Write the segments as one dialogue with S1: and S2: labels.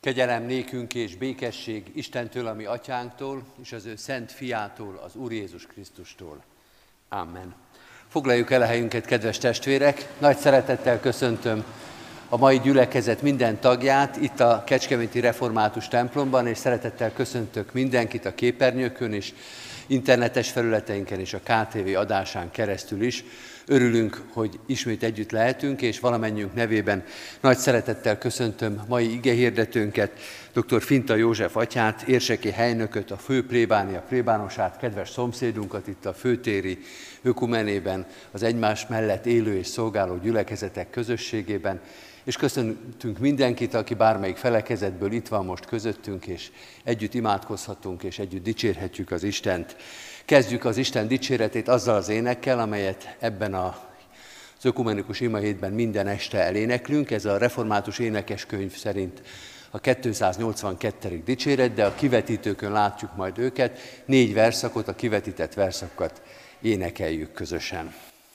S1: Kegyelem nékünk és békesség Istentől, a mi atyánktól, és az ő szent fiától, az Úr Jézus Krisztustól. Amen. Foglaljuk el a helyünket, kedves testvérek! Nagy szeretettel köszöntöm a mai gyülekezet minden tagját itt a Kecskeméti Református templomban, és szeretettel köszöntök mindenkit a képernyőkön és internetes felületeinken és a KTV adásán keresztül is. Örülünk, hogy ismét együtt lehetünk, és valamennyünk nevében nagy szeretettel köszöntöm mai igehirdetőnket, dr. Finta József atyát, érseki helynököt, a fő plébánia plébánosát, kedves szomszédunkat itt a főtéri ökumenében, az egymás mellett élő és szolgáló gyülekezetek közösségében, és köszöntünk mindenkit, aki bármelyik felekezetből itt van most közöttünk, és együtt imádkozhatunk, és együtt dicsérhetjük az Istent. Kezdjük az Isten dicséretét azzal az énekkel, amelyet ebben az ökumenikus imahétben minden este eléneklünk. Ez a református énekeskönyv szerint a 282. dicséret, de a kivetítőkön látjuk majd őket. 4 verszakot, a kivetített verszakokat énekeljük közösen.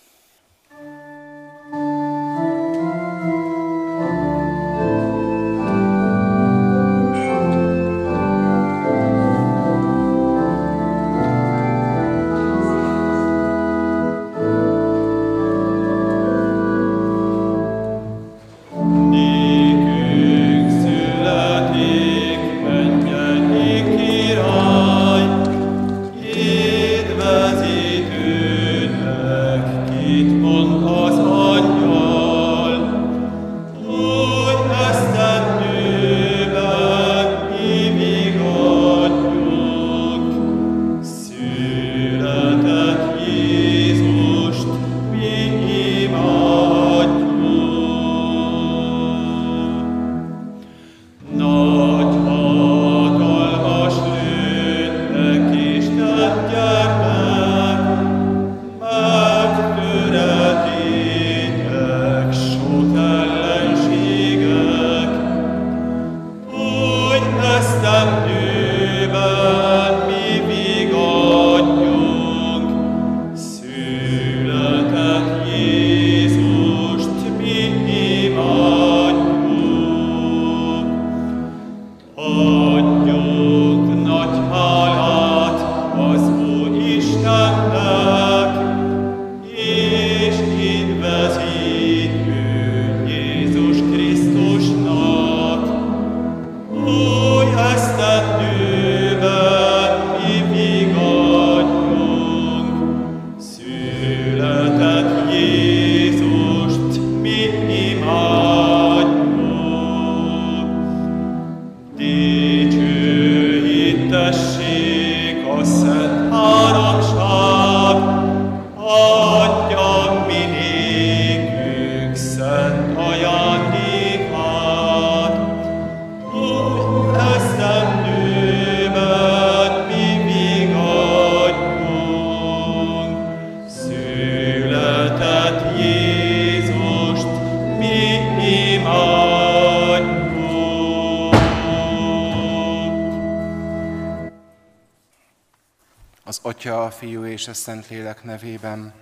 S2: Atya, a Fiú és a Szentlélek nevében.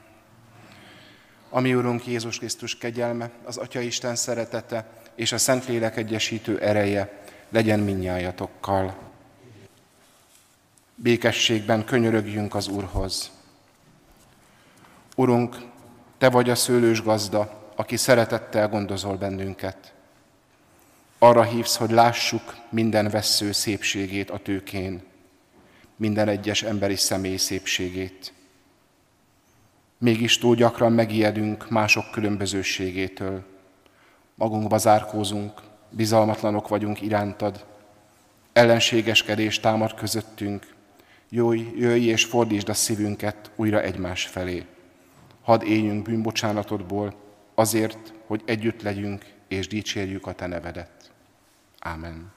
S2: A mi Urunk Jézus Krisztus kegyelme, az Atya Isten szeretete és a Szentlélek egyesítő ereje legyen mindnyájatokkal. Békességben könyörögjünk az Úrhoz. Urunk, Te vagy a szőlős gazda, aki szeretettel gondozol bennünket. Arra hívsz, hogy lássuk minden vessző szépségét a tőkén, minden egyes emberi személy szépségét. Mégis túl gyakran megijedünk mások különbözőségétől. Magunkba zárkózunk, bizalmatlanok vagyunk irántad. Ellenségeskedés támad közöttünk. Jöjj és fordítsd a szívünket újra egymás felé. Hadd éljünk bűnbocsánatodból, azért, hogy együtt legyünk és dicsérjük a Te nevedet. Ámen.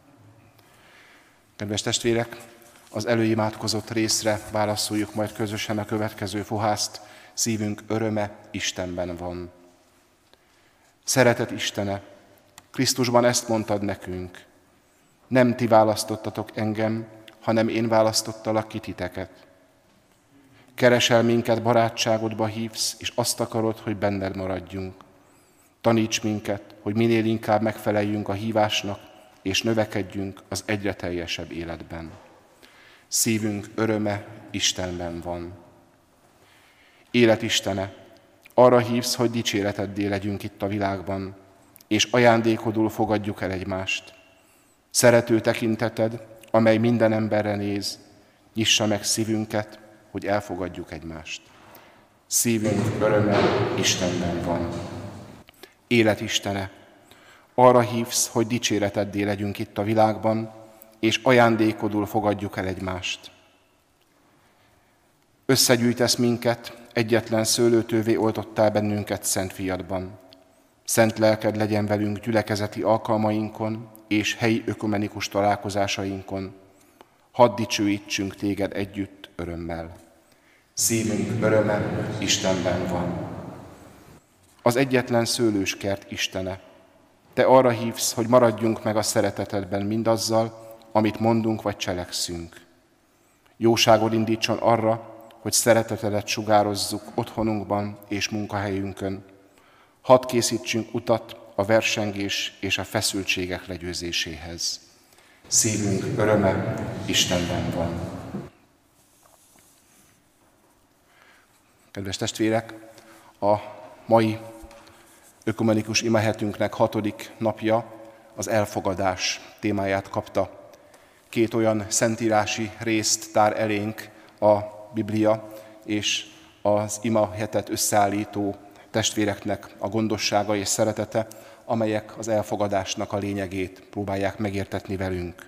S2: Kedves testvérek, az előimádkozott részre válaszoljuk majd közösen a következő fohászt. Szívünk öröme Istenben van. Szeretet Istene, Krisztusban ezt mondtad nekünk. Nem ti választottatok engem, hanem én választottalak ki titeket. Keresel minket, barátságodba hívsz, és azt akarod, hogy benned maradjunk. Taníts minket, hogy minél inkább megfeleljünk a hívásnak, és növekedjünk az egyre teljesebb életben. Szívünk öröme Istenben van. Élet Istene, arra hívsz, hogy dicséreteddé legyünk itt a világban, és ajándékodul fogadjuk el egymást. Szerető tekinteted, amely minden emberre néz, nyissa meg szívünket, hogy elfogadjuk egymást. Szívünk öröme Istenben van. Élet Istene, arra hívsz, hogy dicséreteddé legyünk itt a világban, és ajándékodul fogadjuk el egymást. Összegyűjtesz minket, egyetlen szőlőtővé oltottál bennünket Szent Fiadban. Szent lelked legyen velünk gyülekezeti alkalmainkon és helyi ökumenikus találkozásainkon. Hadd dicsőítsünk téged együtt örömmel. Szívünk öröme Istenben van. Az egyetlen szőlőskert Istene, te arra hívsz, hogy maradjunk meg a szeretetedben mindazzal, amit mondunk vagy cselekszünk. Jóságod indítson arra, hogy szeretetedet sugározzuk otthonunkban és munkahelyünkön. Hadd készítsünk utat a versengés és a feszültségek legyőzéséhez. Szívünk öröme Istenben van. Kedves testvérek, a mai ökumenikus imahetünknek 6. napja az elfogadás témáját kapta. 2 olyan szentírási részt tár elénk a Biblia és az imahetet összeállító testvéreknek a gondossága és szeretete, amelyek az elfogadásnak a lényegét próbálják megértetni velünk.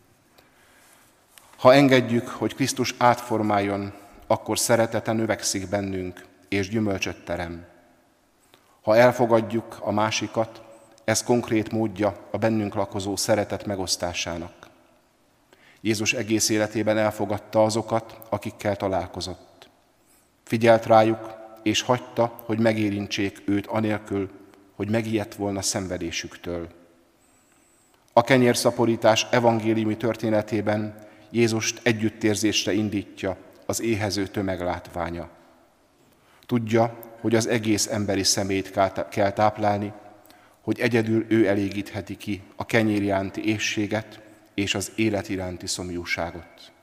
S2: Ha engedjük, hogy Krisztus átformáljon, akkor szeretete növekszik bennünk, és gyümölcsöt terem. Ha elfogadjuk a másikat, ez konkrét módja a bennünk lakozó szeretet megosztásának. Jézus egész életében elfogadta azokat, akikkel találkozott. Figyelt rájuk, és hagyta, hogy megérintsék őt anélkül, hogy megijedt volna szenvedésüktől. A kenyérszaporítás evangéliumi történetében Jézust együttérzésre indítja az éhező tömeg látványa. Tudja, hogy az egész emberi személyt kell táplálni, hogy egyedül ő elégítheti ki a kenyér iránti éhséget és az élet iránti szomjúságot.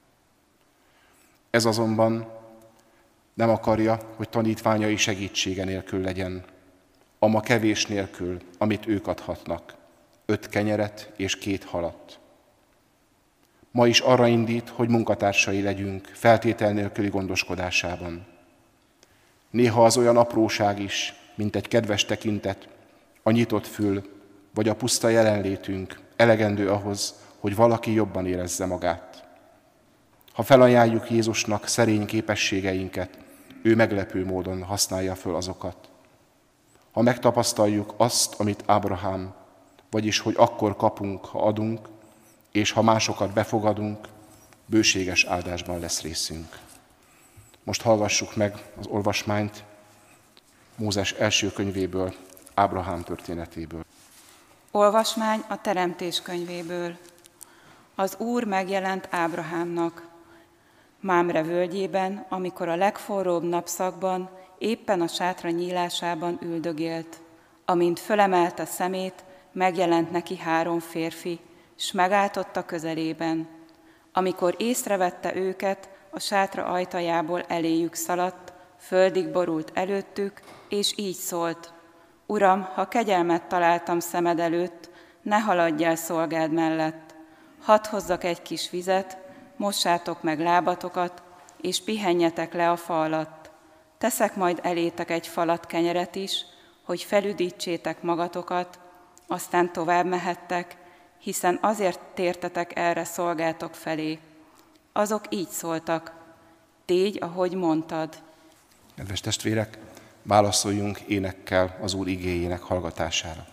S2: Ez azonban nem akarja, hogy tanítványai segítsége nélkül legyen, a ma kevés nélkül, amit ők adhatnak, 5 kenyeret és 2 halat. Ma is arra indít, hogy munkatársai legyünk feltétel nélküli gondoskodásában. Néha az olyan apróság is, mint egy kedves tekintet, a nyitott fül vagy a puszta jelenlétünk elegendő ahhoz, hogy valaki jobban érezze magát. Ha felajánljuk Jézusnak szerény képességeinket, ő meglepő módon használja föl azokat. Ha megtapasztaljuk azt, amit Ábrahám, vagyis hogy akkor kapunk, ha adunk, és ha másokat befogadunk, bőséges áldásban lesz részünk. Most hallgassuk meg az olvasmányt Mózes első könyvéből, Ábrahám történetéből.
S3: Olvasmány a Teremtés könyvéből. Az Úr megjelent Ábrahámnak, Mámre völgyében, amikor a legforróbb napszakban éppen a sátra nyílásában üldögélt. Amint fölemelte szemét, megjelent neki 3 férfi, s megállt a közelében. Amikor észrevette őket, a sátra ajtajából eléjük szaladt, földig borult előttük, és így szólt: Uram, ha kegyelmet találtam szemed előtt, ne haladj el szolgád mellett. Hadd hozzak egy kis vizet, mossátok meg lábatokat, és pihenjetek le a fa alatt. Teszek majd elétek egy falat kenyeret is, hogy felüdítsétek magatokat, aztán tovább mehettek, hiszen azért tértetek erre szolgátok felé. Azok így szóltak: tégy, ahogy mondtad.
S2: Kedves testvérek, válaszoljunk énekkel az Úr igéjének hallgatására.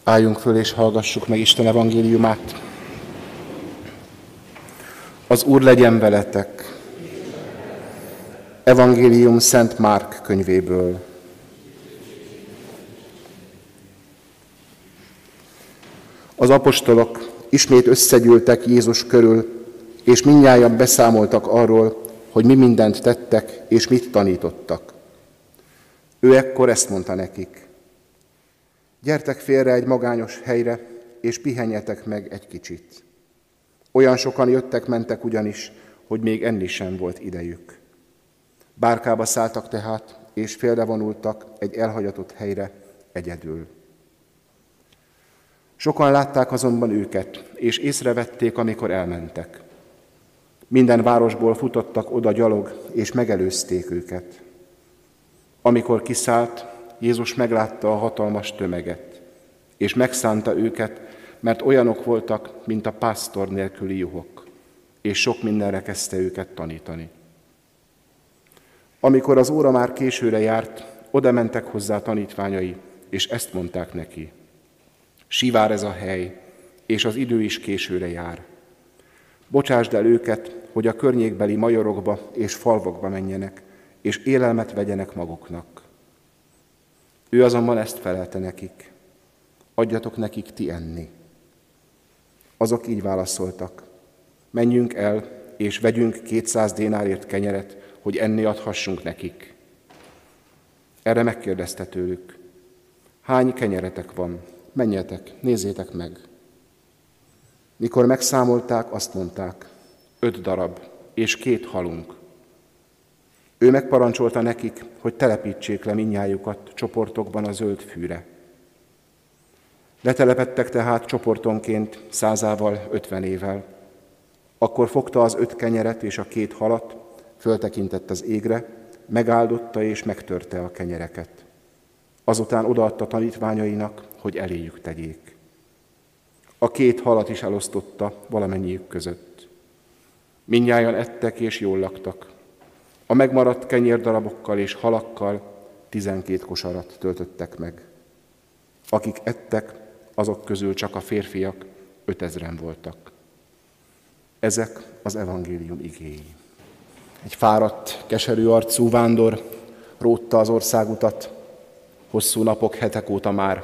S2: Álljunk föl és hallgassuk meg Isten evangéliumát. Az Úr legyen veletek. Evangélium Szent Márk könyvéből. Az apostolok ismét összegyűltek Jézus körül, és mindnyájan beszámoltak arról, hogy mi mindent tettek, és mit tanítottak. Ő ekkor ezt mondta nekik: gyertek félre egy magányos helyre, és pihenjetek meg egy kicsit. Olyan sokan jöttek-mentek ugyanis, hogy még enni sem volt idejük. Bárkába szálltak tehát, és félrevonultak egy elhagyatott helyre egyedül. Sokan látták azonban őket, és észrevették, amikor elmentek. Minden városból futottak oda gyalog, és megelőzték őket. Amikor kiszállt, Jézus meglátta a hatalmas tömeget, és megszánta őket, mert olyanok voltak, mint a pásztor nélküli juhok, és sok mindenre kezdte őket tanítani. Amikor az óra már későre járt, oda mentek hozzá a tanítványai, és ezt mondták neki: sivár ez a hely, és az idő is későre jár. Bocsásd el őket, hogy a környékbeli majorokba és falvakba menjenek, és élelmet vegyenek maguknak. Ő azonban ezt felelte nekik: adjatok nekik ti enni. Azok így válaszoltak: menjünk el, és vegyünk 200 dénárért kenyeret, hogy enni adhassunk nekik. Erre megkérdezte tőlük: hány kenyeretek van? Menjetek, nézzétek meg. Mikor megszámolták, azt mondták: 5 darab, és 2 halunk. Ő megparancsolta nekik, hogy telepítsék le mindnyájukat csoportokban a zöld fűre. Letelepedtek tehát csoportonként 100-ával, 50-ével. Akkor fogta az 5 kenyeret és a 2 halat, föltekintett az égre, megáldotta és megtörte a kenyereket. Azután odaadta tanítványainak, hogy eléjük tegyék. A 2 halat is elosztotta valamennyiük között. Mindnyájan ettek és jól laktak. A megmaradt kenyérdarabokkal és halakkal 12 kosarat töltöttek meg. Akik ettek, azok közül csak a férfiak 5000-en voltak. Ezek az evangélium igéi. Egy fáradt, keserű arcú vándor rótta az országutat, hosszú napok, hetek óta már.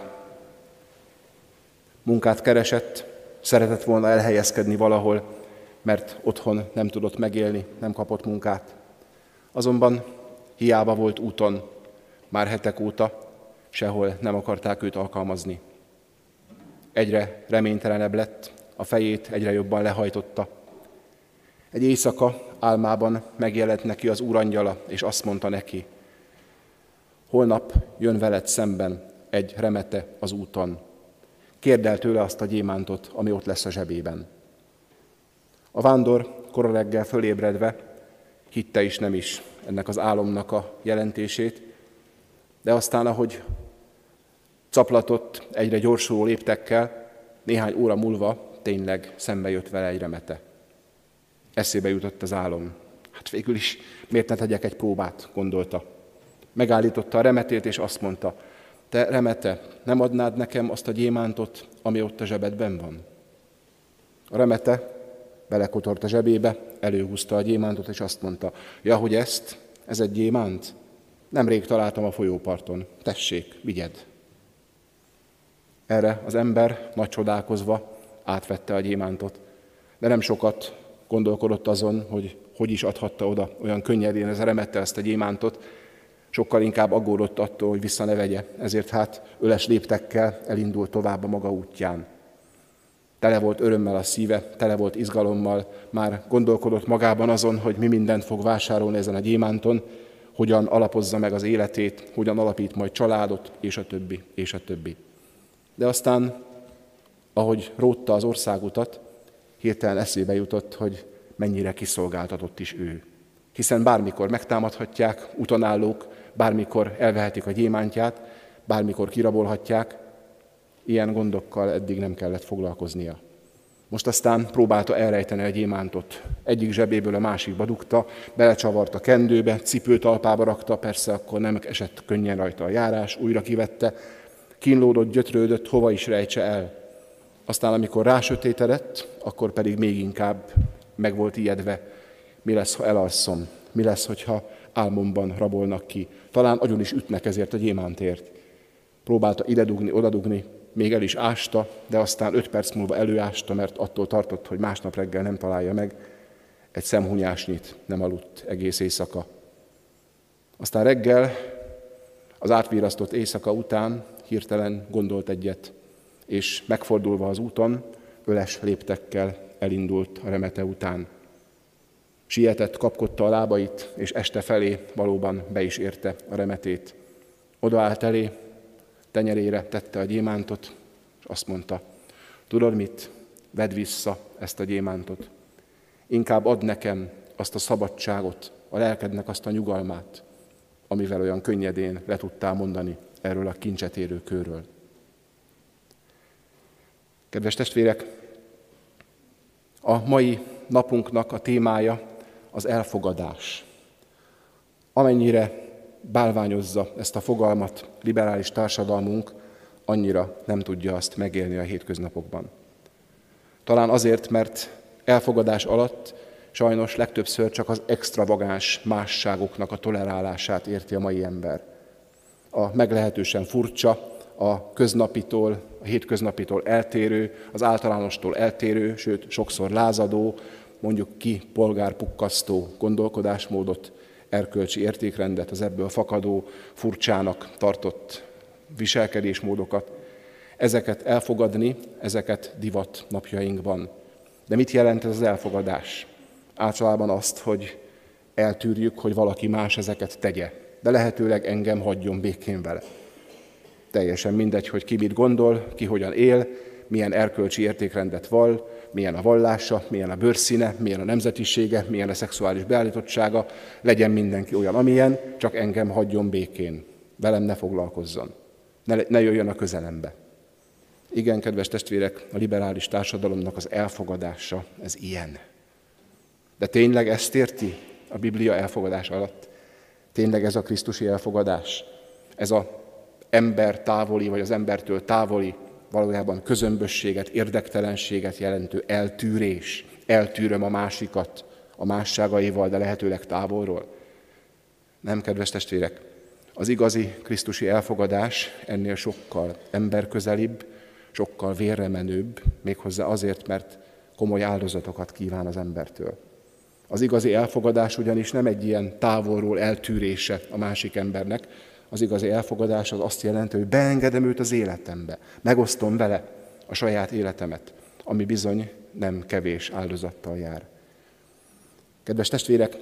S2: Munkát keresett, szeretett volna elhelyezkedni valahol, mert otthon nem tudott megélni, nem kapott munkát. Azonban hiába volt úton, már hetek óta sehol nem akarták őt alkalmazni. Egyre reménytelenebb lett, a fejét egyre jobban lehajtotta. Egy éjszaka álmában megjelent neki az Úr angyala, és azt mondta neki: holnap jön veled szemben egy remete az úton. Kérd el tőle azt a gyémántot, ami ott lesz a zsebében. A vándor kora reggel fölébredve hitte is nem is ennek az álomnak a jelentését, de aztán, ahogy caplatott egyre gyorsuló léptekkel, néhány óra múlva tényleg szembe jött vele egy remete. Eszébe jutott az álom. Hát végül is miért ne tegyek egy próbát, gondolta. Megállította a remetét, és azt mondta: te remete, nem adnád nekem azt a gyémántot, ami ott a zsebedben van? A remete belekotort a zsebébe, előhúzta a gyémántot, és azt mondta: ja, hogy ez egy gyémánt? Nemrég találtam a folyóparton, tessék, vigyed. Erre az ember nagy csodálkozva átvette a gyémántot, de nem sokat gondolkodott azon, hogy is adhatta oda olyan könnyedén ez a remete ezt a gyémántot, sokkal inkább aggódott attól, hogy vissza ne vegye, ezért hát öles léptekkel elindult tovább a maga útján. Tele volt örömmel a szíve, tele volt izgalommal, már gondolkodott magában azon, hogy mi mindent fog vásárolni ezen a gyémánton, hogyan alapozza meg az életét, hogyan alapít majd családot, és a többi, és a többi. De aztán, ahogy rótta az országutat, hirtelen eszébe jutott, hogy mennyire kiszolgáltatott is ő. Hiszen bármikor megtámadhatják útonállók, bármikor elvehetik a gyémántját, bármikor kirabolhatják, ilyen gondokkal eddig nem kellett foglalkoznia. Most aztán próbálta elrejteni a gyémántot. Egyik zsebéből a másikba dugta, belecsavart a kendőbe, cipőtalpába rakta, persze akkor nem esett könnyen rajta a járás, újra kivette, kínlódott, gyötrődött, hova is rejtse el. Aztán, amikor rásötétedett, akkor pedig még inkább meg volt ijedve. Mi lesz, ha elalszom? Mi lesz, hogyha álmomban rabolnak ki? Talán agyon is ütnek ezért a gyémántért. Próbálta ide dugni, oda dugni, még el is ásta, de aztán 5 perc múlva előásta, mert attól tartott, hogy másnap reggel nem találja meg. Egy szemhunyásnyit nem aludt egész éjszaka. Aztán reggel, az átvírasztott éjszaka után hirtelen gondolt egyet, és megfordulva az úton, öles léptekkel elindult a remete után. Sietett, kapkodta a lábait, és este felé valóban be is érte a remetét. Odaállt elé, tenyerére tette a gyémántot, és azt mondta, tudod mit, vedd vissza ezt a gyémántot. Inkább add nekem azt a szabadságot, a lelkednek azt a nyugalmát, amivel olyan könnyedén le tudtál mondani erről a kincset érő kőről. Kedves testvérek, a mai napunknak a témája az elfogadás. Amennyire bálványozza ezt a fogalmat liberális társadalmunk, annyira nem tudja azt megélni a hétköznapokban. Talán azért, mert elfogadás alatt sajnos legtöbbször csak az extravagáns másságoknak a tolerálását érti a mai ember. A meglehetősen furcsa, a köznapitól, a hétköznapitól eltérő, az általánostól eltérő, sőt sokszor lázadó, mondjuk ki polgárpukkasztó gondolkodásmódot, erkölcsi értékrendet, az ebből fakadó, furcsának tartott viselkedésmódokat. Ezeket elfogadni, ezeket divat napjainkban. De mit jelent ez az elfogadás? Általában azt, hogy eltűrjük, hogy valaki más ezeket tegye, de lehetőleg engem hagyjon békén vele. Teljesen mindegy, hogy ki mit gondol, ki hogyan él, milyen erkölcsi értékrendet vall, milyen a vallása, milyen a bőrszíne, milyen a nemzetisége, milyen a szexuális beállítottsága, legyen mindenki olyan, amilyen, csak engem hagyjon békén, velem ne foglalkozzon, ne jöjjön a közelembe. Igen, kedves testvérek, a liberális társadalomnak az elfogadása, ez ilyen. De tényleg ezt érti a Biblia elfogadás alatt? Tényleg ez a krisztusi elfogadás? Ez az ember távoli, vagy az embertől távoli, valójában közömbösséget, érdektelenséget jelentő eltűrés. Eltűröm a másikat a másságaival, de lehetőleg távolról. Nem, kedves testvérek, az igazi krisztusi elfogadás ennél sokkal emberközelibb, sokkal vérremenőbb, méghozzá azért, mert komoly áldozatokat kíván az embertől. Az igazi elfogadás ugyanis nem egy ilyen távolról eltűrése a másik embernek, az igazi elfogadás az azt jelenti, hogy beengedem őt az életembe, megosztom vele a saját életemet, ami bizony nem kevés áldozattal jár. Kedves testvérek,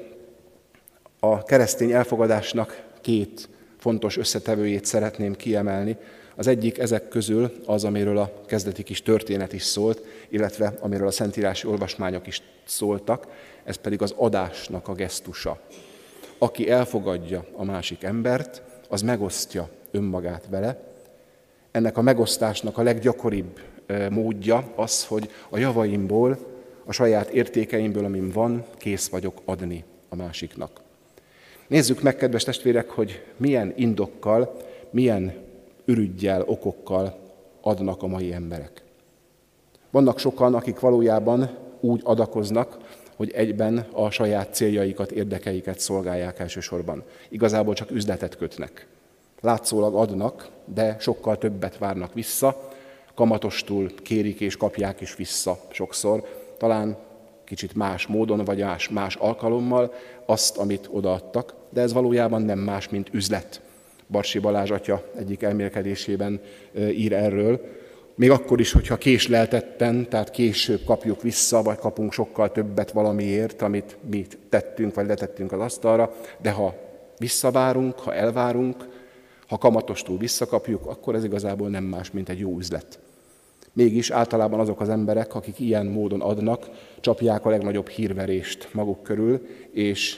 S2: a keresztény elfogadásnak 2 fontos összetevőjét szeretném kiemelni. Az egyik ezek közül az, amiről a kezdeti kis történet is szólt, illetve amiről a szentírási olvasmányok is szóltak, ez pedig az adásnak a gesztusa. Aki elfogadja a másik embert, az megosztja önmagát vele. Ennek a megosztásnak a leggyakoribb módja az, hogy a javaimból, a saját értékeimből, amin van, kész vagyok adni a másiknak. Nézzük meg, kedves testvérek, hogy milyen indokkal, milyen ürüggyel, okokkal adnak a mai emberek. Vannak sokan, akik valójában úgy adakoznak, hogy egyben a saját céljaikat, érdekeiket szolgálják elsősorban. Igazából csak üzletet kötnek. Látszólag adnak, de sokkal többet várnak vissza, kamatostul kérik és kapják is vissza sokszor, talán kicsit más módon vagy más alkalommal azt, amit odaadtak, de ez valójában nem más, mint üzlet. Barsi Balázs atya egyik elmélkedésében ír erről. Még akkor is, hogyha késleltetten, tehát később kapjuk vissza, vagy kapunk sokkal többet valamiért, amit mi tettünk, vagy letettünk az asztalra, de ha visszavárunk, ha elvárunk, ha kamatostul visszakapjuk, akkor ez igazából nem más, mint egy jó üzlet. Mégis általában azok az emberek, akik ilyen módon adnak, csapják a legnagyobb hírverést maguk körül, és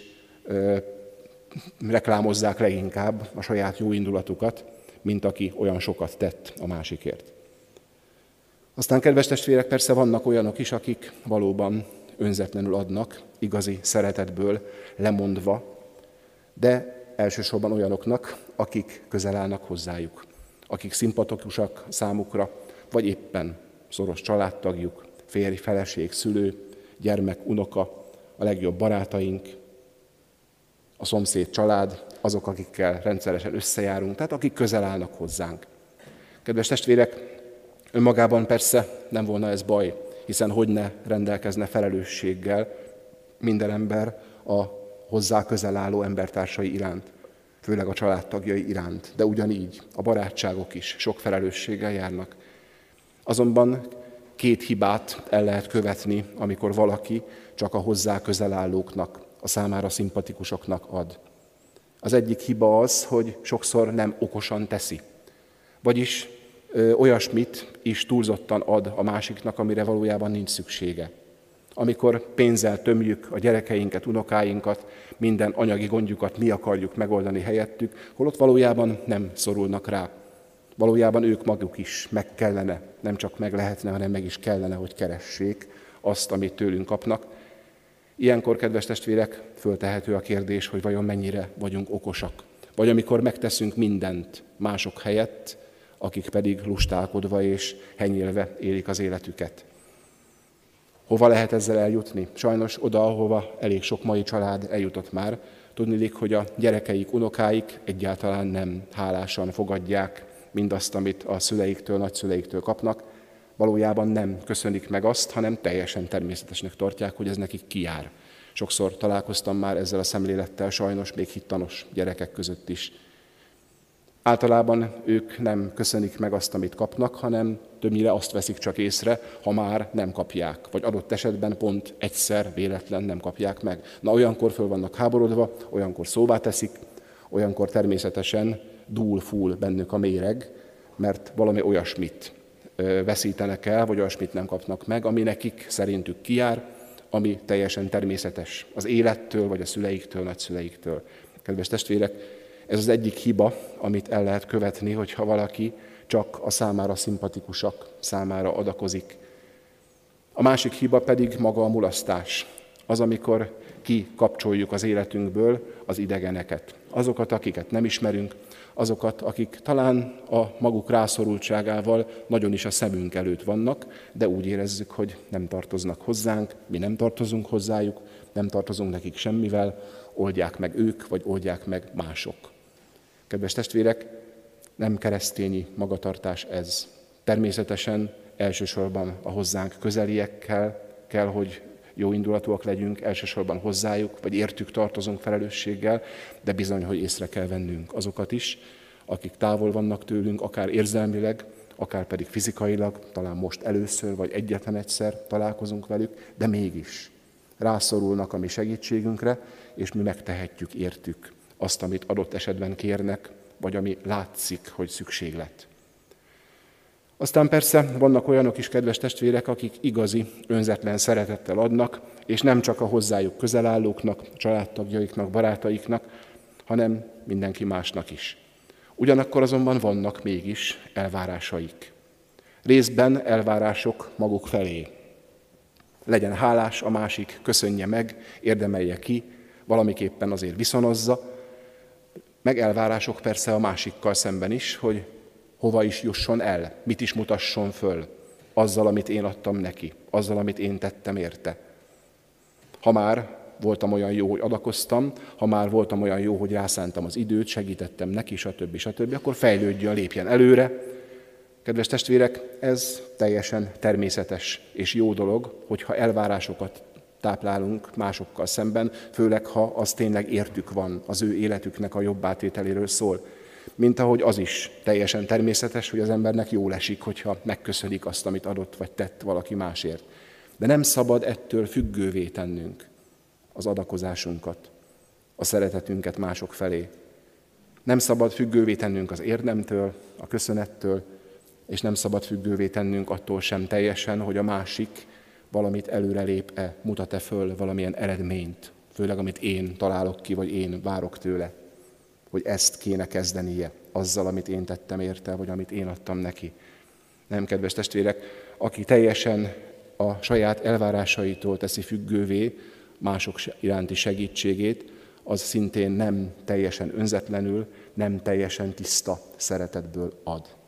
S2: reklámozzák leginkább a saját jó indulatukat, mint aki olyan sokat tett a másikért. Aztán, kedves testvérek, persze vannak olyanok is, akik valóban önzetlenül adnak, igazi szeretetből lemondva, de elsősorban olyanoknak, akik közel állnak hozzájuk. akik szimpatikusak számukra, vagy éppen szoros családtagjuk, férj, feleség, szülő, gyermek, unoka, a legjobb barátaink, a szomszéd család, azok, akikkel rendszeresen összejárunk, tehát akik közel állnak hozzánk. Kedves testvérek, önmagában persze nem volna ez baj, hiszen hogy ne rendelkezne felelősséggel minden ember a hozzá közel álló embertársai iránt, főleg a családtagjai iránt, de ugyanígy a barátságok is sok felelősséggel járnak. Azonban két hibát el lehet követni, amikor valaki csak a hozzá közel állóknak, a számára szimpatikusoknak ad. Az egyik hiba az, hogy sokszor nem okosan teszi, vagyis olyasmit is túlzottan ad a másiknak, amire valójában nincs szüksége. Amikor pénzzel tömjük a gyerekeinket, unokáinkat, minden anyagi gondjukat mi akarjuk megoldani helyettük, holott valójában nem szorulnak rá. Valójában ők maguk is meg kellene, nem csak meg lehetne, hanem meg is kellene, hogy keressék azt, amit tőlünk kapnak. Ilyenkor, kedves testvérek, föltehető a kérdés, hogy vajon mennyire vagyunk okosak. Vagy amikor megteszünk mindent mások helyett, akik pedig lustálkodva és henyélve élik az életüket. Hova lehet ezzel eljutni? Sajnos oda, ahova elég sok mai család eljutott már. Tudniillik, hogy a gyerekeik, unokáik egyáltalán nem hálásan fogadják mindazt, amit a szüleiktől, nagyszüleiktől kapnak. Valójában nem köszönik meg azt, hanem teljesen természetesnek tartják, hogy ez nekik kijár. Sokszor találkoztam már ezzel a szemlélettel, sajnos még hittanos gyerekek között is. Általában ők nem köszönik meg azt, amit kapnak, hanem többnyire azt veszik csak észre, ha már nem kapják, vagy adott esetben pont egyszer véletlen nem kapják meg. Na, olyankor föl vannak háborodva, olyankor szóvá teszik, olyankor természetesen dúl-fúl bennük a méreg, mert valami olyasmit veszítenek el, vagy olyasmit nem kapnak meg, ami nekik szerintük kijár, ami teljesen természetes az élettől, vagy a szüleiktől, nagyszüleiktől. Kedves testvérek, ez az egyik hiba, amit el lehet követni, hogyha valaki csak a számára szimpatikusak számára adakozik. A másik hiba pedig maga a mulasztás. Az, amikor kikapcsoljuk az életünkből az idegeneket. Azokat, akiket nem ismerünk, azokat, akik talán a maguk rászorultságával nagyon is a szemünk előtt vannak, de úgy érezzük, hogy nem tartoznak hozzánk, mi nem tartozunk hozzájuk, nem tartozunk nekik semmivel, oldják meg ők, vagy oldják meg mások. Kedves testvérek, nem keresztényi magatartás ez. Természetesen elsősorban a hozzánk közeliekkel kell, hogy jó indulatúak legyünk, elsősorban hozzájuk, vagy értük tartozunk felelősséggel, de bizony, hogy észre kell vennünk azokat is, akik távol vannak tőlünk, akár érzelmileg, akár pedig fizikailag, talán most először, vagy egyetlen egyszer találkozunk velük, de mégis rászorulnak a mi segítségünkre, és mi megtehetjük értük azt, amit adott esetben kérnek, vagy ami látszik, hogy szükséglet. Aztán persze vannak olyanok is, kedves testvérek, akik igazi, önzetlen szeretettel adnak, és nem csak a hozzájuk közelállóknak, családtagjaiknak, barátaiknak, hanem mindenki másnak is. Ugyanakkor azonban vannak mégis elvárásaik. Részben elvárások maguk felé. Legyen hálás, a másik köszönje meg, érdemelje ki, valamiképpen azért viszonozza, meg elvárások persze a másikkal szemben is, hogy hova is jusson el, mit is mutasson föl, azzal, amit én adtam neki, azzal, amit én tettem érte. Ha már voltam olyan jó, hogy adakoztam, ha már voltam olyan jó, hogy rászántam az időt, segítettem neki, stb., akkor fejlődjön, lépjen előre. Kedves testvérek, ez teljesen természetes és jó dolog, hogyha elvárásokat táplálunk másokkal szemben, főleg ha az tényleg értük van, az ő életüknek a jobb átételéről szól. Mint ahogy az is teljesen természetes, hogy az embernek jól esik, hogyha megköszönik azt, amit adott vagy tett valaki másért. De nem szabad ettől függővé tennünk az adakozásunkat, a szeretetünket mások felé. Nem szabad függővé tennünk az érdemtől, a köszönettől, és nem szabad függővé tennünk attól sem teljesen, hogy a másik valamit előrelép-e, mutat-e föl valamilyen eredményt, főleg amit én találok ki, vagy én várok tőle, hogy ezt kéne kezdenie azzal, amit én tettem érte, vagy amit én adtam neki. Nem, kedves testvérek, aki teljesen a saját elvárásaitól teszi függővé mások iránti segítségét, az szintén nem teljesen önzetlenül, nem teljesen tiszta szeretetből ad.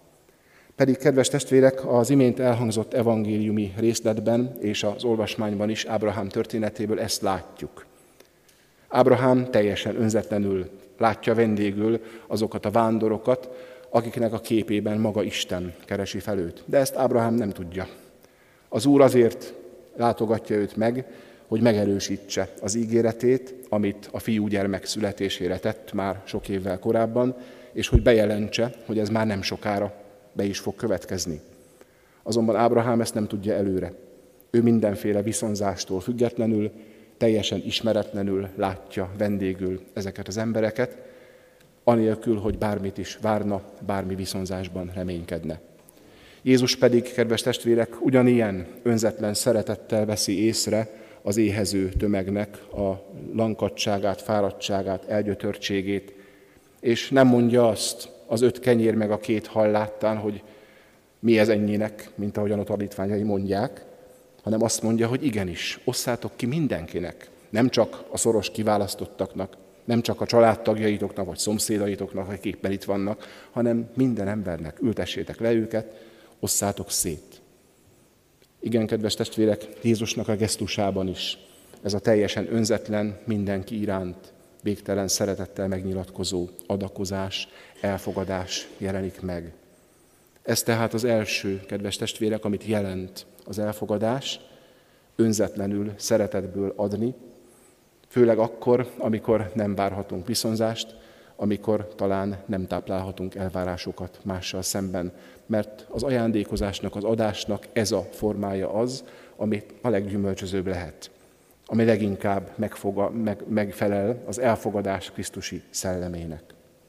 S2: Pedig, kedves testvérek, az imént elhangzott evangéliumi részletben és az olvasmányban is Ábrahám történetéből ezt látjuk. Ábrahám teljesen önzetlenül látja vendégül azokat a vándorokat, akiknek a képében maga Isten keresi fel őt. De ezt Ábrahám nem tudja. Az Úr azért látogatja őt meg, hogy megerősítse az ígéretét, amit a fiúgyermek születésére tett már sok évvel korábban, és hogy bejelentse, hogy ez már nem sokára be is fog következni. Azonban Ábrahám ezt nem tudja előre. Ő mindenféle viszonzástól függetlenül, teljesen ismeretlenül látja vendégül ezeket az embereket, anélkül, hogy bármit is várna, bármi viszonzásban reménykedne. Jézus pedig, kedves testvérek, ugyanilyen önzetlen szeretettel veszi észre az éhező tömegnek a lankadtságát, fáradtságát, elgyötörtségét, és nem mondja azt az 5 kenyér meg a 2 hal láttán, hogy mi ez ennyinek, mint ahogyan a tanítványai mondják, hanem azt mondja, hogy igenis, osszátok ki mindenkinek, nem csak a szoros kiválasztottaknak, nem csak a családtagjaitoknak, vagy szomszédaitoknak, akik éppen itt vannak, hanem minden embernek ültessétek le őket, osszátok szét. Igen, kedves testvérek, Jézusnak a gesztusában is ez a teljesen önzetlen, mindenki iránt végtelen szeretettel megnyilatkozó adakozás, elfogadás jelenik meg. Ez tehát az első, kedves testvérek, amit jelent az elfogadás, önzetlenül, szeretetből adni, főleg akkor, amikor nem várhatunk viszonzást, amikor talán nem táplálhatunk elvárásokat mással szemben, mert az ajándékozásnak, az adásnak ez a formája az, ami a leggyümölcsözőbb lehet, ami leginkább megfelel az elfogadás krisztusi szellemének.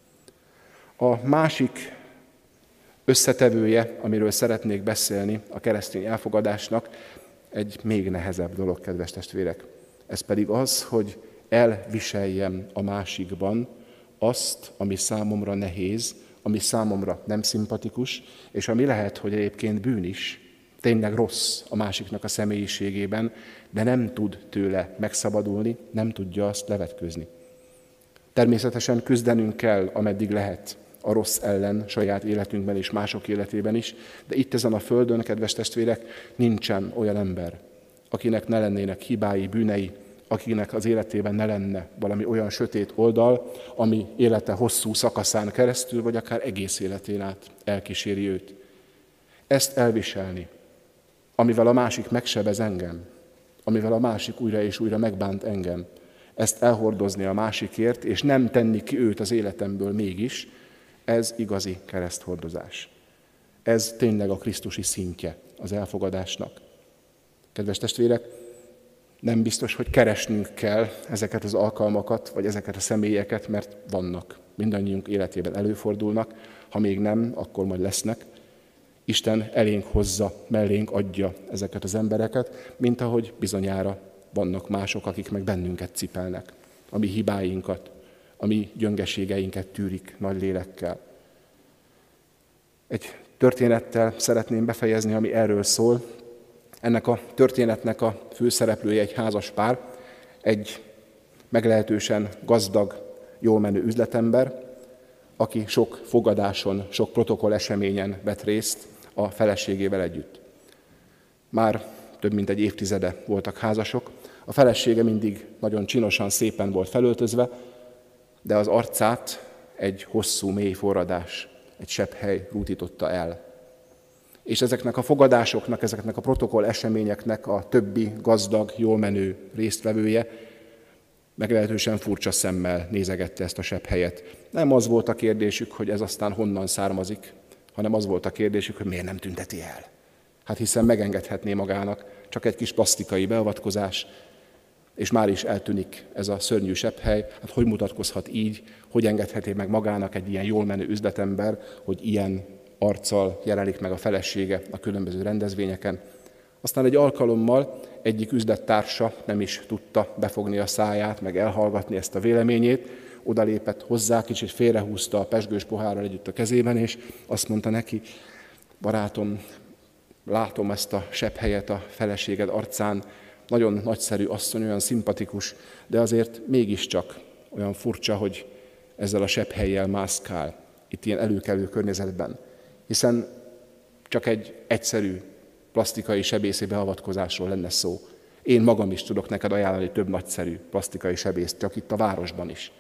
S2: A másik összetevője, amiről szeretnék beszélni a keresztény elfogadásnak, egy még nehezebb dolog, kedves testvérek. Ez pedig az, hogy elviseljem a másikban azt, ami számomra nehéz, ami számomra nem szimpatikus, és ami lehet, hogy egyébként bűn is, tényleg rossz a másiknak a személyiségében, de nem tud tőle megszabadulni, nem tudja azt levetkőzni. Természetesen küzdenünk kell, ameddig lehet a rossz ellen saját életünkben és mások életében is, de itt ezen a földön, kedves testvérek, nincsen olyan ember, akinek ne lennének hibái, bűnei, akinek az életében ne lenne valami olyan sötét oldal, ami élete hosszú szakaszán keresztül, vagy akár egész életén át elkíséri őt. Ezt elviselni, amivel a másik megsebez engem, amivel a másik újra és újra megbánt engem, ezt elhordozni a másikért, és nem tenni ki őt az életemből mégis, ez igazi kereszthordozás. Ez tényleg a krisztusi szintje az elfogadásnak. Kedves testvérek, nem biztos, hogy keresnünk kell ezeket az alkalmakat, vagy ezeket a személyeket, mert vannak. Mindannyiunk életében előfordulnak, ha még nem, akkor majd lesznek. Isten elénk hozza, mellénk adja ezeket az embereket, mint ahogy bizonyára vannak mások, akik meg bennünket cipelnek, a mi hibáinkat, a mi gyöngeségeinket tűrik nagy lélekkel. Egy történettel szeretném befejezni, ami erről szól. Ennek a történetnek a főszereplője egy házas pár, egy meglehetősen gazdag, jól menő üzletember, aki sok fogadáson, sok protokoll eseményen vett részt a feleségével együtt. Már több mint egy évtizede voltak házasok, a felesége mindig nagyon csinosan, szépen volt felöltözve, de az arcát egy hosszú, mély forradás, egy sebhely rútította el. És ezeknek a fogadásoknak, ezeknek a protokoll eseményeknek a többi gazdag, jól menő résztvevője meglehetősen furcsa szemmel nézegette ezt a sebhelyet. Nem az volt a kérdésük, hogy ez aztán honnan származik, hanem az volt a kérdésük, hogy miért nem tünteti el. Hát hiszen megengedhetné magának csak egy kis plastikai beavatkozás, és már is eltűnik ez a szörnyű sebhely. Hát hogy mutatkozhat így, hogy engedheti meg magának egy ilyen jól menő üzletember, hogy ilyen arccal jelenik meg a felesége a különböző rendezvényeken. Aztán egy alkalommal egyik üzlettársa nem is tudta befogni a száját, meg elhallgatni ezt a véleményét, odalépett hozzá, kicsit félrehúzta a pezsgős pohárral együtt a kezében, és azt mondta neki: barátom, látom ezt a sebhelyet a feleséged arcán, nagyon nagyszerű asszony, olyan szimpatikus, de azért mégiscsak olyan furcsa, hogy ezzel a sebhellyel mászkál itt ilyen előkelő környezetben. Hiszen csak egy egyszerű plastikai sebészi beavatkozásról lenne szó. Én magam is tudok neked ajánlani több nagyszerű plastikai sebészt, csak itt a városban is.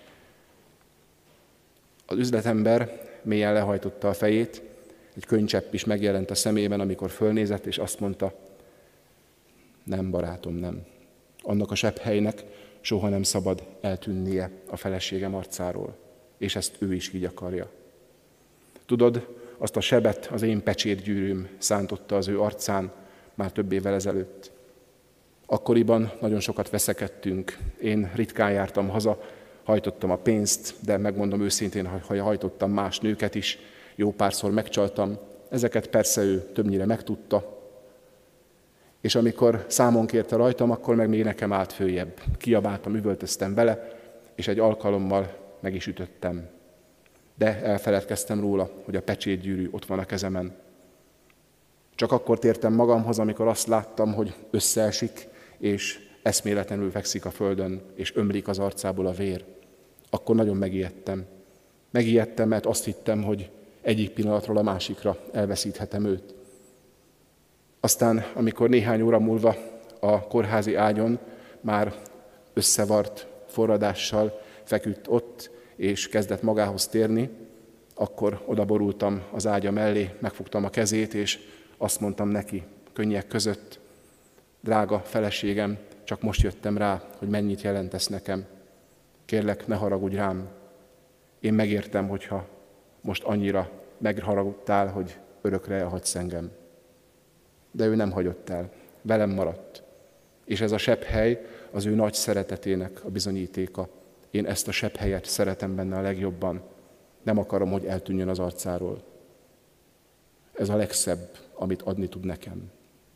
S2: Az üzletember mélyen lehajtotta a fejét, egy könycsepp is megjelent a szemében, amikor fölnézett, és azt mondta, nem, barátom, nem. Annak a sebhelynek soha nem szabad eltűnnie a feleségem arcáról, és ezt ő is így akarja. Tudod, azt a sebet az én pecsétgyűrűm szántotta az ő arcán már több évvel ezelőtt. Akkoriban nagyon sokat veszekedtünk, én ritkán jártam haza, hajtottam a pénzt, de megmondom őszintén, hogy hajtottam más nőket is, jó párszor megcsaltam. Ezeket persze ő többnyire megtudta, és amikor számon kérte rajtam, akkor meg még nekem állt följebb. Kiabáltam, üvöltöztem vele, és egy alkalommal meg is ütöttem. De elfeledkeztem róla, hogy a pecsétgyűrű ott van a kezemen. Csak akkor tértem magamhoz, amikor azt láttam, hogy összeesik, és eszméletlenül fekszik a földön, és ömlik az arcából a vér. Akkor nagyon megijedtem. Megijedtem, mert azt hittem, hogy egyik pillanatról a másikra elveszíthetem őt. Aztán, amikor néhány óra múlva a kórházi ágyon már összevart forradással feküdt ott, és kezdett magához térni, akkor odaborultam az ágya mellé, megfogtam a kezét, és azt mondtam neki könnyek között, drága feleségem, csak most jöttem rá, hogy mennyit jelentesz nekem. Kérlek, ne haragudj rám. Én megértem, hogyha most annyira megharagudtál, hogy örökre elhagysz engem. De ő nem hagyott el, velem maradt. És ez a sebhely az ő nagy szeretetének a bizonyítéka. Én ezt a sebhelyet szeretem benne a legjobban. Nem akarom, hogy eltűnjön az arcáról. Ez a legszebb, amit adni tud nekem.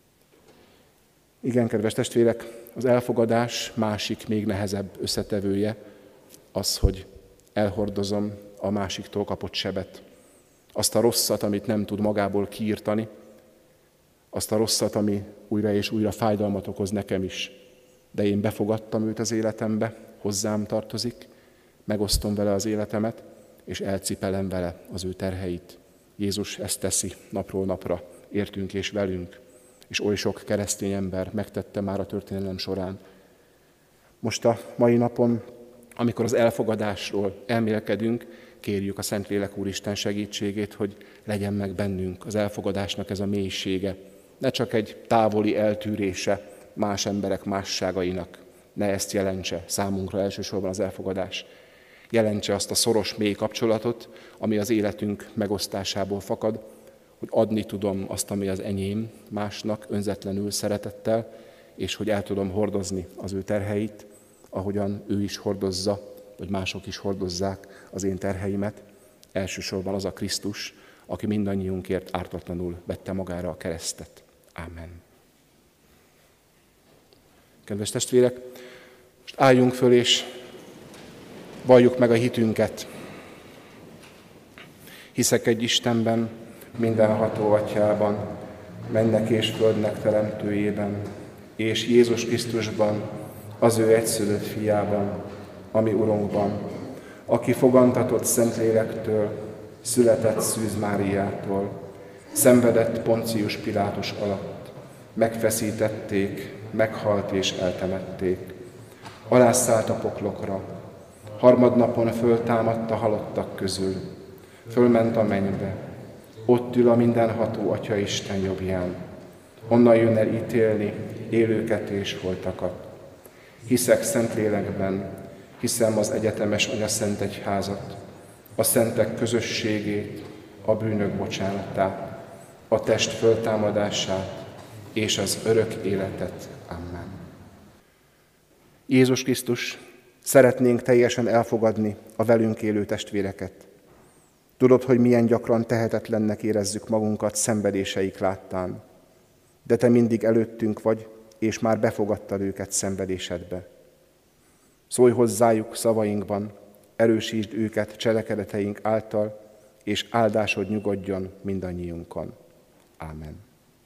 S2: Igen, kedves testvérek, az elfogadás másik, még nehezebb összetevője az, hogy elhordozom a másiktól kapott sebet. Azt a rosszat, amit nem tud magából kiirtani, azt a rosszat, ami újra és újra fájdalmat okoz nekem is. De én befogadtam őt az életembe, hozzám tartozik, megosztom vele az életemet, és elcipelem vele az ő terheit. Jézus ezt teszi napról napra, értünk és velünk, és oly sok keresztény ember megtette már a történelem során. Most a mai napon, amikor az elfogadásról elmélkedünk, kérjük a Szentlélek Úristen segítségét, hogy legyen meg bennünk az elfogadásnak ez a mélysége. Ne csak egy távoli eltűrése más emberek másságainak, ne ezt jelentse számunkra elsősorban az elfogadás. Jelentse azt a szoros, mély kapcsolatot, ami az életünk megosztásából fakad, hogy adni tudom azt, ami az enyém másnak önzetlenül, szeretettel, és hogy el tudom hordozni az ő terheit, ahogyan ő is hordozza, vagy mások is hordozzák az én terheimet. Elsősorban az a Krisztus, aki mindannyiunkért ártatlanul vette magára a keresztet. Ámen. Kedves testvérek, most álljunk föl, és valljuk meg a hitünket. Hiszek egy Istenben, mindenható Atyában, mennek és földnek teremtőjében, és Jézus Krisztusban, az ő egyszülött fiában, ami Urunkban, aki fogantatott Szentlélektől, született Szűz Máriától, szenvedett Poncius Pilátus alatt, megfeszítették, meghalt és eltemették, alászállt a poklokra, harmadnapon föltámadt a halottak közül, fölment a mennybe, ott ül a mindenható Atya Isten jobbján, onnan jön el ítélni élőket és holtakat. Hiszek Szentlélekben, hiszem az egyetemes Anyaszent Egyházat, a szentek közösségét, a bűnök bocsánatát, a test föltámadását és az örök életet. Amen. Jézus Krisztus, szeretnénk teljesen elfogadni a velünk élő testvéreket. Tudod, hogy milyen gyakran tehetetlennek érezzük magunkat szenvedéseik láttán, de Te mindig előttünk vagy, és már befogadtad őket szenvedésedbe. Szólj hozzájuk szavainkban, erősítsd őket cselekedeteink által, és áldásod nyugodjon mindannyiunkon. Ámen.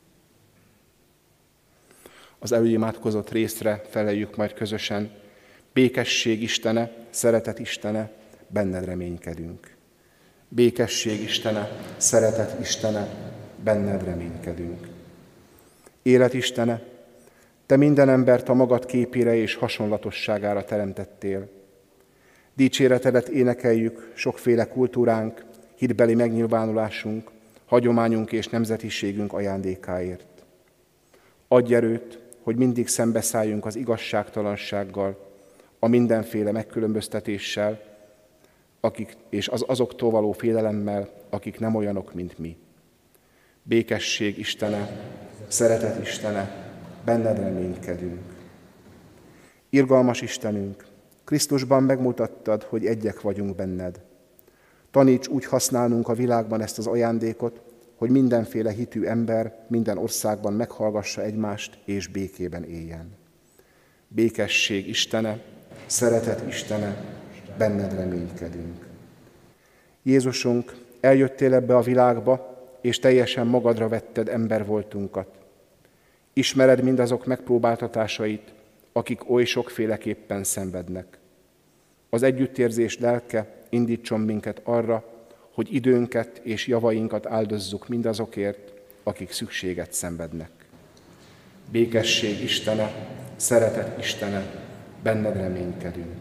S2: Az előimádkozott részre feleljük majd közösen: békesség Istene, szeretet Istene, benned reménykedünk. Békesség Istene, szeretet Istene, benned reménykedünk. Élet Istene, Te minden embert a magad képére és hasonlatosságára teremtettél. Dicséretedet énekeljük sokféle kultúránk, hitbeli megnyilvánulásunk, hagyományunk és nemzetiségünk ajándékáért. Adj erőt, hogy mindig szembeszálljunk az igazságtalansággal, a mindenféle megkülönböztetéssel, és azoktól való félelemmel, akik nem olyanok, mint mi. Békesség Istene, szeretet Istene, benned reménykedünk. Irgalmas Istenünk, Krisztusban megmutattad, hogy egyek vagyunk benned. Taníts úgy használnunk a világban ezt az ajándékot, hogy mindenféle hitű ember minden országban meghallgassa egymást és békében éljen. Békesség Istene, szeretet Istene, benned reménykedünk. Jézusunk, eljöttél ebbe a világba, és teljesen magadra vetted ember voltunkat. Ismered mindazok megpróbáltatásait, akik oly sokféleképpen szenvednek. Az együttérzés lelke indítson minket arra, hogy időnket és javainkat áldozzuk mindazokért, akik szükséget szenvednek. Békesség Istene, szeretet Istene, benned reménykedünk.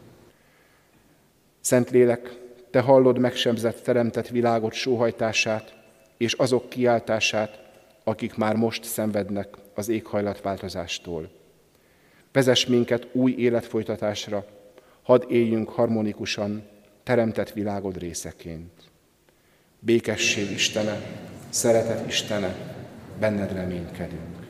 S2: Szentlélek, Te hallod megsebzett teremtett világot sóhajtását és azok kiáltását, akik már most szenvednek az éghajlatváltozástól. Vezess minket új életfolytatásra, hadd éljünk harmonikusan, teremtett világod részeként. Békesség Istene, szeretet Istene, benned reménykedünk.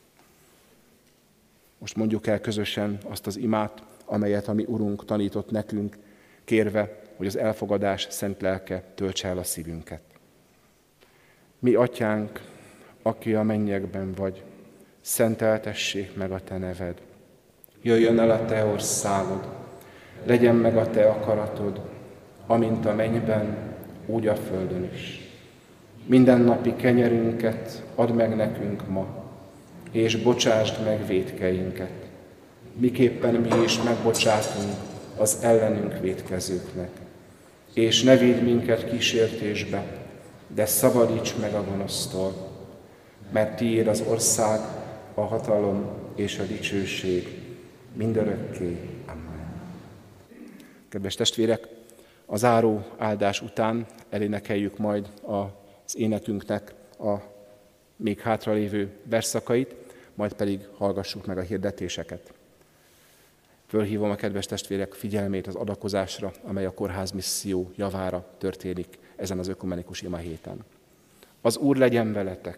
S2: Most mondjuk el közösen azt az imát, amelyet a mi Urunk tanított nekünk, kérve, hogy az elfogadás szent lelke töltse el a szívünket. Mi Atyánk, aki a mennyekben vagy, szenteltessék meg a Te neved. Jöjjön el a Te országod, legyen meg a Te akaratod, amint a mennyben, úgy a földön is. Mindennapi kenyerünket add meg nekünk ma, és bocsásd meg vétkeinket, miképpen mi is megbocsátunk az ellenünk vétkezőknek. És ne védj minket kísértésbe, de szabadíts meg a gonosztól, mert tiéd az ország, a hatalom és a dicsőség mindörökké. Amen. Kedves testvérek, a záró áldás után elénekeljük majd az énekünknek a még hátralévő versszakait, majd pedig hallgassuk meg a hirdetéseket. Fölhívom a kedves testvérek figyelmét az adakozásra, amely a kórház misszió javára történik ezen az ökumenikus ima héten. Az Úr legyen veletek!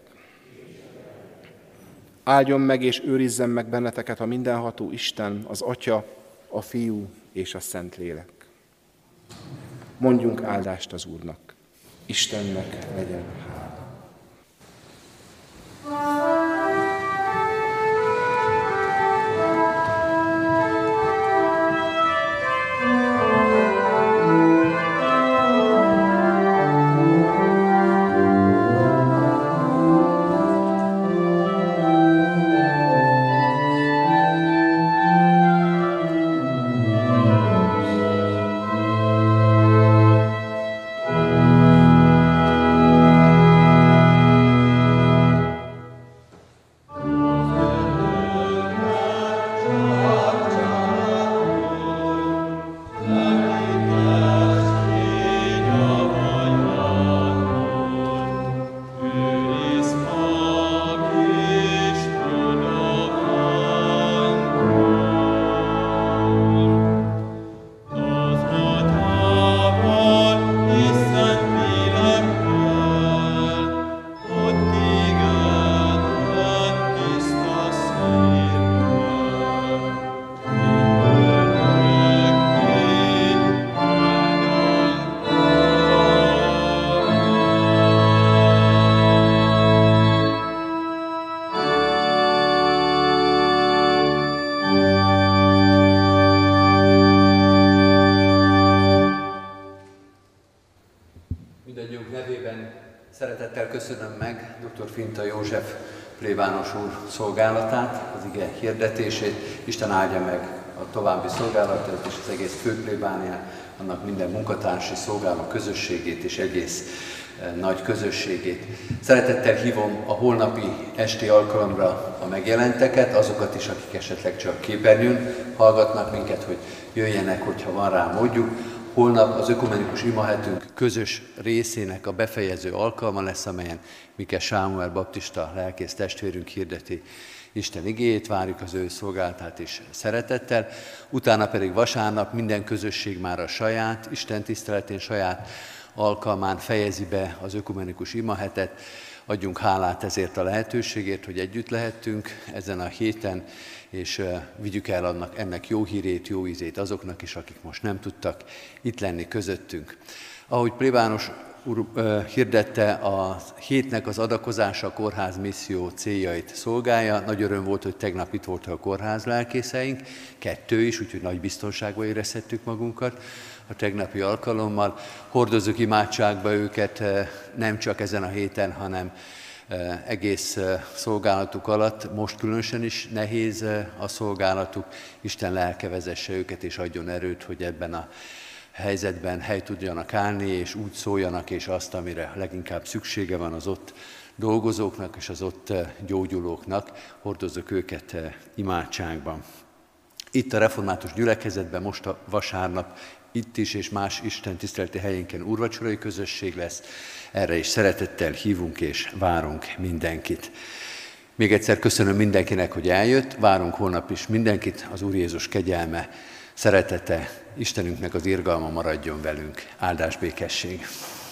S2: Áldjon meg és őrizzen meg benneteket a mindenható Isten, az Atya, a Fiú és a Szentlélek. Mondjunk áldást az Úrnak. Istennek legyen hála.
S1: Szeretettel köszönöm meg dr. Finta József plébános úr szolgálatát, az ige hirdetését. Isten áldja meg a további szolgálatot és az egész főplébániát, annak minden munkatársi szolgáló közösségét és egész nagy közösségét. Szeretettel hívom a holnapi esti alkalomra a megjelenteket, azokat is, akik esetleg csak képernyőn hallgatnak minket, hogy jöjjenek, hogyha van rá módjuk. Holnap az ökumenikus imahetünk közös részének a befejező alkalma lesz, amelyen Mikes Sámuel baptista lelkész testvérünk hirdeti Isten igéjét, várjuk az ő szolgálatát is szeretettel. Utána pedig vasárnap minden közösség már a saját Isten tiszteletén, saját alkalmán fejezi be az ökumenikus imahetet. Adjunk hálát ezért a lehetőségért, hogy együtt lehettünk ezen a héten, és vigyük el ennek jó hírét, jó ízét azoknak is, akik most nem tudtak itt lenni közöttünk. Ahogy plébános úr hirdette, a hétnek az adakozása a kórház misszió céljait szolgálja. Nagy öröm volt, hogy tegnap itt voltak a kórház lelkészeink, 2 is, úgyhogy nagy biztonságban érezhettük magunkat a tegnapi alkalommal. Hordozzuk imádságba őket nem csak ezen a héten, hanem egész szolgálatuk alatt. Most különösen is nehéz a szolgálatuk. Isten lelke vezesse őket és adjon erőt, hogy ebben a helyzetben helyt tudjanak állni, és úgy szóljanak, és azt, amire leginkább szüksége van az ott dolgozóknak és az ott gyógyulóknak, hordozzuk őket imádságban. Itt a református gyülekezetben most a vasárnap itt is és más istentiszteleti helyénken úrvacsorai közösség lesz. Erre is szeretettel hívunk és várunk mindenkit. Még egyszer köszönöm mindenkinek, hogy eljött, várunk holnap is mindenkit, az Úr Jézus kegyelme, szeretete, Istenünknek az irgalma maradjon velünk. Áldás, békesség!